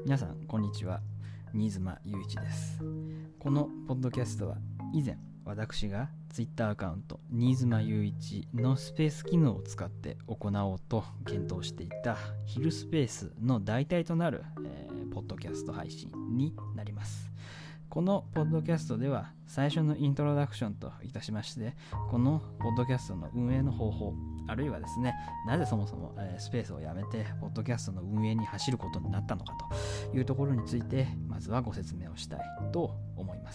皆さんこんにちは、新妻雄一です。このポッドキャストは以前私が Twitter アカウント新妻雄一のスペース機能を使って行おうと検討していた昼スペースの代替となる、ポッドキャスト配信になります。このポッドキャストでは最初のイントロダクションといたしまして、このポッドキャストの運営の方法、あるいはですね、なぜそもそもスペースをやめてポッドキャストの運営に走ることになったのかというところについて、まずはご説明をしたいと思います。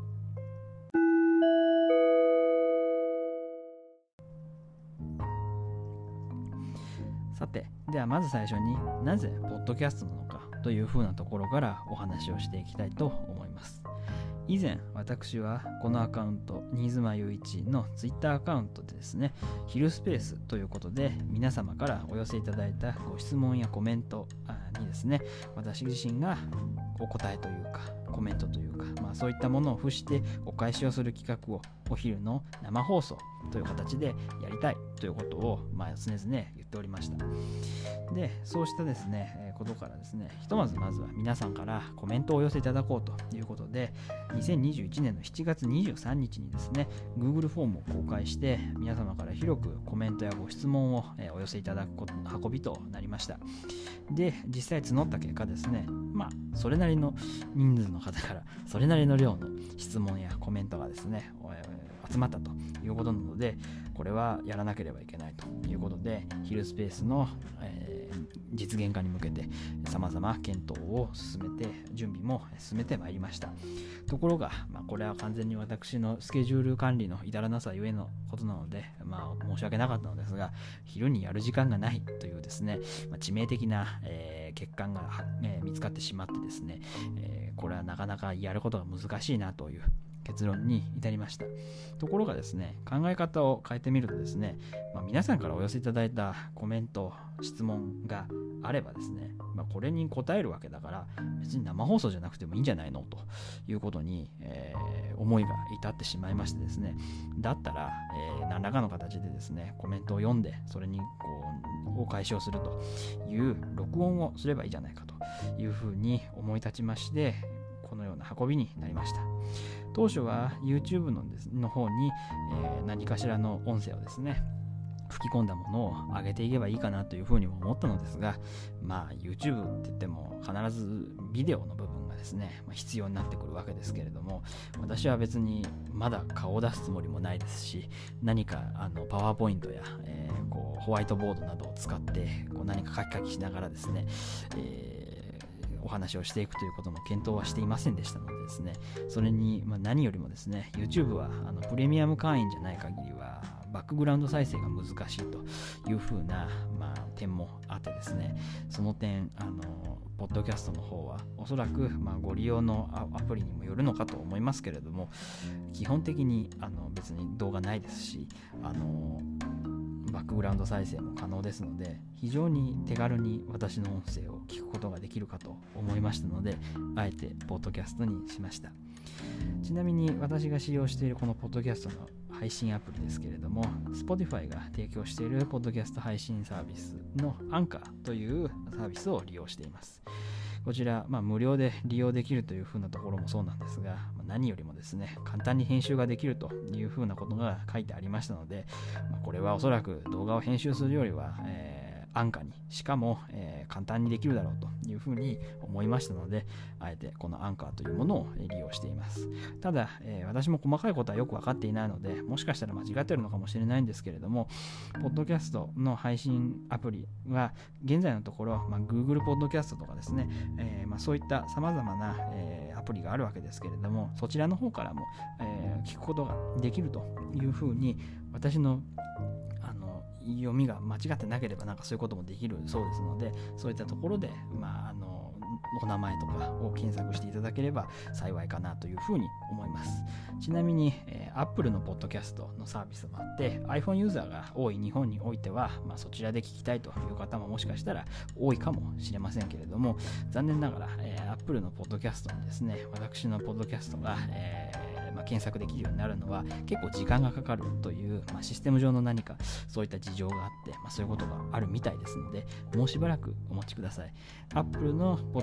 さて、ではまず最初になぜポッドキャストなのかというふうなところからお話をしていきたいと思います。以前私はこのアカウント新妻雄一のツイッターアカウントでですね、昼スペースということで皆様からお寄せいただいたご質問やコメントにですね、私自身がお答えというかコメントというか、そういったものを付してお返しをする企画をお昼の生放送という形でやりたいということを常々言っておりました。で、そうしたですね、ことからですね、ひとまずは皆さんからコメントをお寄せいただこうということで、2021年の7月23日にですね、Google フォームを公開して皆様から広くコメントやご質問をお寄せいただく運びとなりました。で、実際募った結果ですね、それなりの人数の方からそれなりの量の質問やコメントがですね、集まったということなので、これはやらなければいけないということで、昼スペースの、実現化に向けて様々検討を進めて、準備も進めてまいりました。ところが、これは完全に私のスケジュール管理の至らなさゆえのことなので、申し訳なかったのですが、昼にやる時間がないというですね、致命的な、欠陥が、見つかってしまってですね、これはなかなかやることが難しいなという結論に至りました。ところがですね、考え方を変えてみるとですね、皆さんからお寄せいただいたコメント、質問があればですね、これに答えるわけだから別に生放送じゃなくてもいいんじゃないのということに、思いが至ってしまいましてですね、だったら、何らかの形でですね、コメントを読んでそれにお返しをするという録音をすればいいじゃないかというふうに思い立ちまして、このような運びになりました。当初は YouTube の方に、何かしらの音声をですね、吹き込んだものを上げていけばいいかなというふうにも思ったのですが、YouTube って言っても必ずビデオの部分がですね、必要になってくるわけですけれども、私は別にまだ顔を出すつもりもないですし、何かパワーポイントや、ホワイトボードなどを使って何か書きしながらですね、お話をしていくということも検討はしていませんでしたのでですね、それに何よりもですね、 YouTube はプレミアム会員じゃない限りはバックグラウンド再生が難しいというふうな、点もあってですね、その点ポッドキャストの方はおそらく、ご利用のアプリにもよるのかと思いますけれども、基本的に別に動画ないですし、バックグラウンド再生も可能ですので、非常に手軽に私の音声を聞くことができるかと思いましたので、あえてポッドキャストにしました。ちなみに私が使用しているこのポッドキャストの配信アプリですけれども、 Spotify が提供しているポッドキャスト配信サービスのアンカーというサービスを利用しています。こちら、無料で利用できるというふうなところもそうなんですが、何よりもですね、簡単に編集ができるというふうなことが書いてありましたので、これはおそらく動画を編集するよりは、安価に、しかも、簡単にできるだろうというふうに思いましたので、あえてこのアンカーというものを利用しています。ただ、私も細かいことはよく分かっていないので、もしかしたら間違っているのかもしれないんですけれども、ポッドキャストの配信アプリは現在のところ、Google ポッドキャストとかですね、そういった様々な、アプリがあるわけですけれども、そちらの方からも、聞くことができるというふうに、私の読みが間違ってなければそういうこともできるそうですので、そういったところで、お名前とかを検索していただければ幸いかなというふうに思います。ちなみに、Apple のポッドキャストのサービスもあって、 iPhone ユーザーが多い日本においては、そちらで聞きたいという方ももしかしたら多いかもしれませんけれども、残念ながら、Apple のポッドキャストにですね、私のポッドキャストが、検索できるようになるのは結構時間がかかるという、システム上の何かそういった事情があって、そういうことがあるみたいですので、もうしばらくお待ちください。Apple のポッド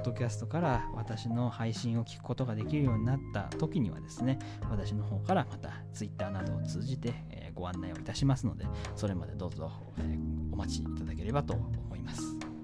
ドキャストから私の配信を聞くことができるようになった時にはですね、私の方からまた Twitter などを通じて、ご案内をいたしますので、それまでどうぞ、お待ちいただければと思います。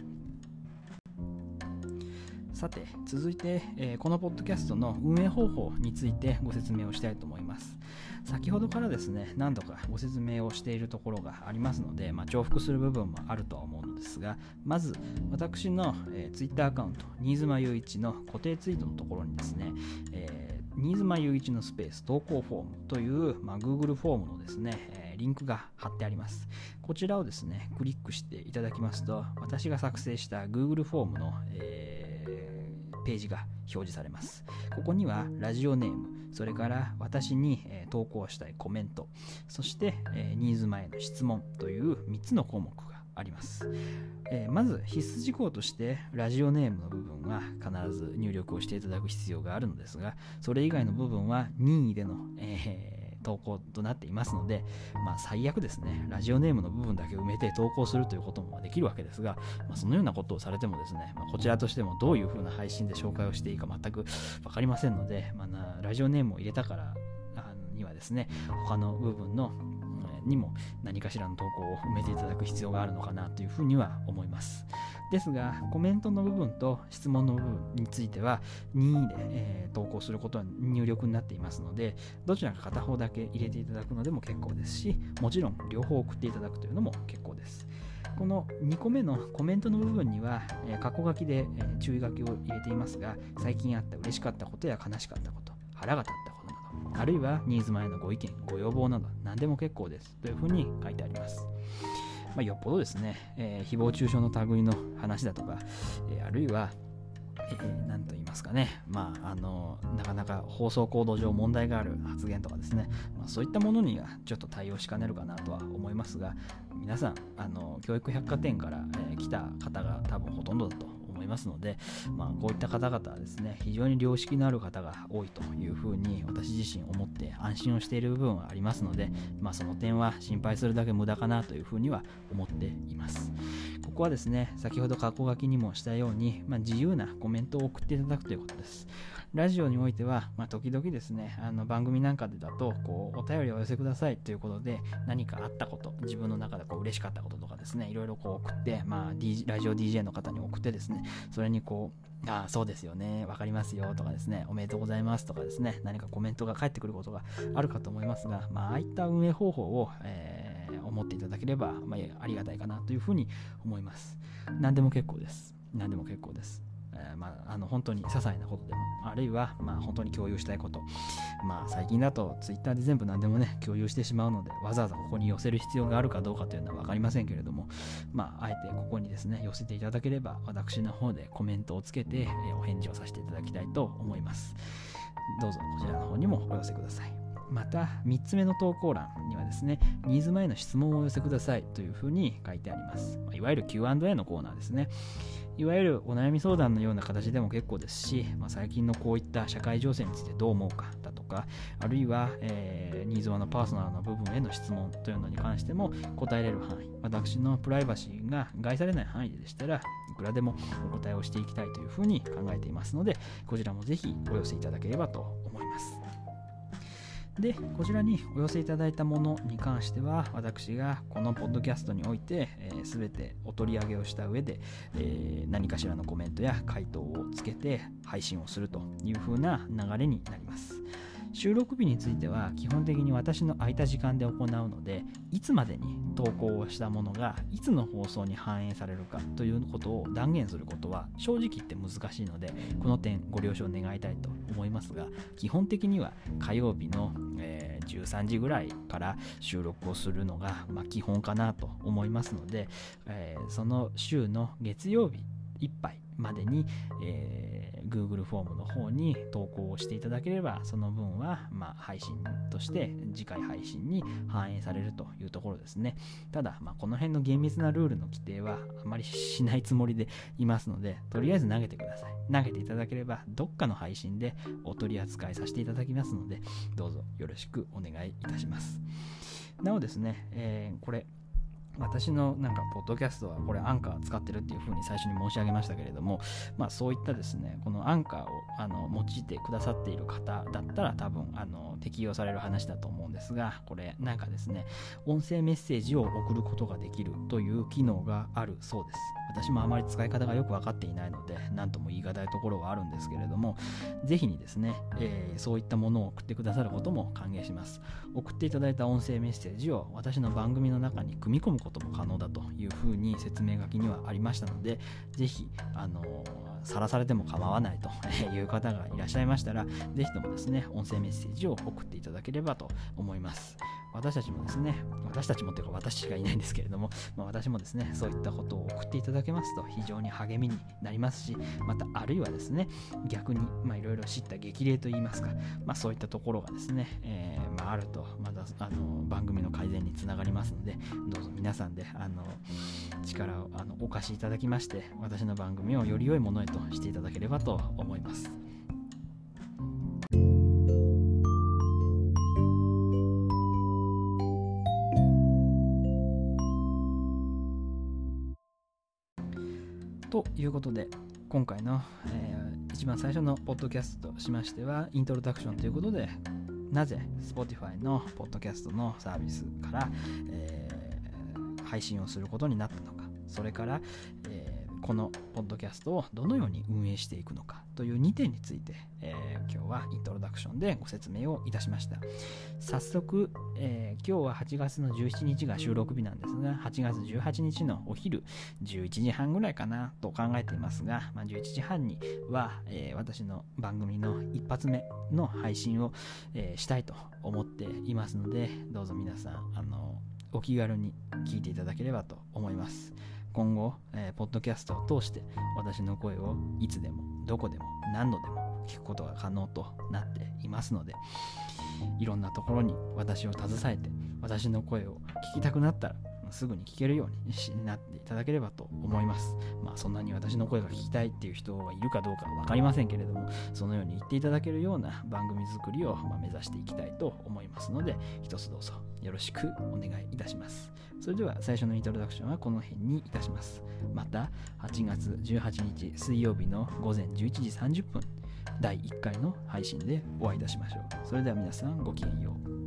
さて続いて、このポッドキャストの運営方法についてご説明をしたいと思います。先ほどからですね、何度かご説明をしているところがありますので、重複する部分もあるとは思うのですが、まず私の、Twitter アカウント新妻雄一の固定ツイートのところにですね、新妻雄一のスペース投稿フォームという、Google フォームのですね、リンクが貼ってあります。こちらをですねクリックしていただきますと、私が作成した Google フォームの、ページが表示されます。ここにはラジオネーム、それから私に、投稿したいコメント、そして、新妻への質問という3つの項目があります。まず必須事項としてラジオネームの部分は必ず入力をしていただく必要があるのですが、それ以外の部分は任意での、投稿となっていますので、最悪ですね、ラジオネームの部分だけ埋めて投稿するということもできるわけですが、そのようなことをされてもですね、こちらとしてもどういう風な配信で紹介をしていいか全く分かりませんので、ラジオネームを入れたからにはですね、他の部分のにも何かしらの投稿を埋めていただく必要があるのかなというふうには思います。ですがコメントの部分と質問の部分については任意で、投稿することは入力になっていますので、どちらか片方だけ入れていただくのでも結構ですし、もちろん両方送っていただくというのも結構です。この2個目のコメントの部分には、括弧書きで、注意書きを入れていますが、最近あった嬉しかったことや悲しかったこと、腹が立ったことなど、あるいは新妻へのご意見ご要望など何でも結構ですというふうに書いてあります。よっぽどですね、誹謗中傷の類の話だとか、あるいは何と言いますかね、なかなか放送行動上問題がある発言とかですね、そういったものにはちょっと対応しかねるかなとは思いますが、皆さん教育百貨店から、来た方が多分ほとんどだと思いますので、こういった方々はですね、非常に良識のある方が多いというふうに私自身思って安心をしている部分はありますので、その点は心配するだけ無駄かなというふうには思っています。ここはですね、先ほど括弧書きにもしたように、自由なコメントを送っていただくということです。ラジオにおいては、時々ですね、番組なんかでだとお便りをお寄せくださいということで、何かあったこと、自分の中で嬉しかったこととかですね、いろいろ送って、ラジオ DJ の方に送ってですね、それにそうですよね、わかりますよとかですね、おめでとうございますとかですね、何かコメントが返ってくることがあるかと思いますが、ああいった運営方法を、思っていただければ、ありがたいかなというふうに思います。何でも結構です。何でも結構です。本当に些細なことでも、あるいは本当に共有したいこと、最近だとツイッターで全部何でもね共有してしまうので、わざわざここに寄せる必要があるかどうかというのは分かりませんけれども、あえてここにですね寄せていただければ、私の方でコメントをつけて、お返事をさせていただきたいと思います。どうぞこちらの方にもお寄せください。また3つ目の投稿欄にはですね、新妻への質問をお寄せくださいというふうに書いてあります。いわゆる Q&A のコーナーですね。いわゆるお悩み相談のような形でも結構ですし、最近のこういった社会情勢についてどう思うかだとか、あるいは、新妻のパーソナルな部分への質問というのに関しても答えれる範囲、私のプライバシーが害されない範囲でしたらいくらでもお答えをしていきたいというふうに考えていますので、こちらもぜひお寄せいただければと思います。で、こちらにお寄せいただいたものに関しては、私がこのポッドキャストにおいて全てお取り上げをした上で、何かしらのコメントや回答をつけて配信をするという風な流れになります。収録日については基本的に私の空いた時間で行うので、いつまでに投稿をしたものがいつの放送に反映されるかということを断言することは正直言って難しいので、この点ご了承願いたいと思いますが、基本的には火曜日の、13時ぐらいから収録をするのが、基本かなと思いますので、その週の月曜日いっぱいまでに、Google フォームの方に投稿をしていただければ、その分は、配信として次回配信に反映されるというところですね。ただ、この辺の厳密なルールの規定はあまりしないつもりでいますので、とりあえず投げてください。投げていただければどっかの配信でお取り扱いさせていただきますので、どうぞよろしくお願いいたします。なおですね、これ私のポッドキャストはこれアンカー使ってるっていうふうに最初に申し上げましたけれども、そういったですね、このアンカーを用いてくださっている方だったら多分適用される話だと思うんですが、これですね、音声メッセージを送ることができるという機能があるそうです。私もあまり使い方がよく分かっていないので何とも言い難いところはあるんですけれども、ぜひにですね、そういったものを送ってくださることも歓迎します。送っていただいた音声メッセージを私の番組の中に組み込むことも可能だというふうに説明書きにはありましたので、ぜひさらされても構わないという方がいらっしゃいましたら、ぜひともですね、音声メッセージを送っていただければと思います。私たちもですね、私たちもというか私しかいないんですけれども、私もですね、そういったことを送っていただけますと非常に励みになりますし、またあるいはですね、逆にいろいろ知った激励といいますか、そういったところがですね、あるとまた番組の改善につながりますので、どうぞ皆さんで力をお貸しいただきまして、私の番組をより良いものへとしていただければと思います。ということで、今回の、一番最初のポッドキャストとしましてはイントロダクションということで、なぜ Spotify のポッドキャストのサービスから、配信をすることになったのか、それから、このポッドキャストをどのように運営していくのかという2点について、今日はイントロダクションでご説明をいたしました。早速、今日は8月の17日が収録日なんですが、8月18日のお昼11時半ぐらいかなと考えていますが、11時半には、私の番組の一発目の配信を、したいと思っていますので、どうぞ皆さんお気軽に聞いていただければと思います。今後、ポッドキャストを通して私の声をいつでもどこでも何度でも聞くことが可能となっていますので、いろんなところに私を携えて私の声を聞きたくなったらすぐに聞けるようになっていただければと思います。そんなに私の声が聞きたいっていう人がいるかどうか分かりませんけれども、そのように言っていただけるような番組作りを目指していきたいと思いますので、一つどうぞよろしくお願いいたします。それでは最初のイントロダクションはこの辺にいたします。また8月18日水曜日の午前11時30分第1回の配信でお会いいたしましょう。それでは皆さんごきげんよう。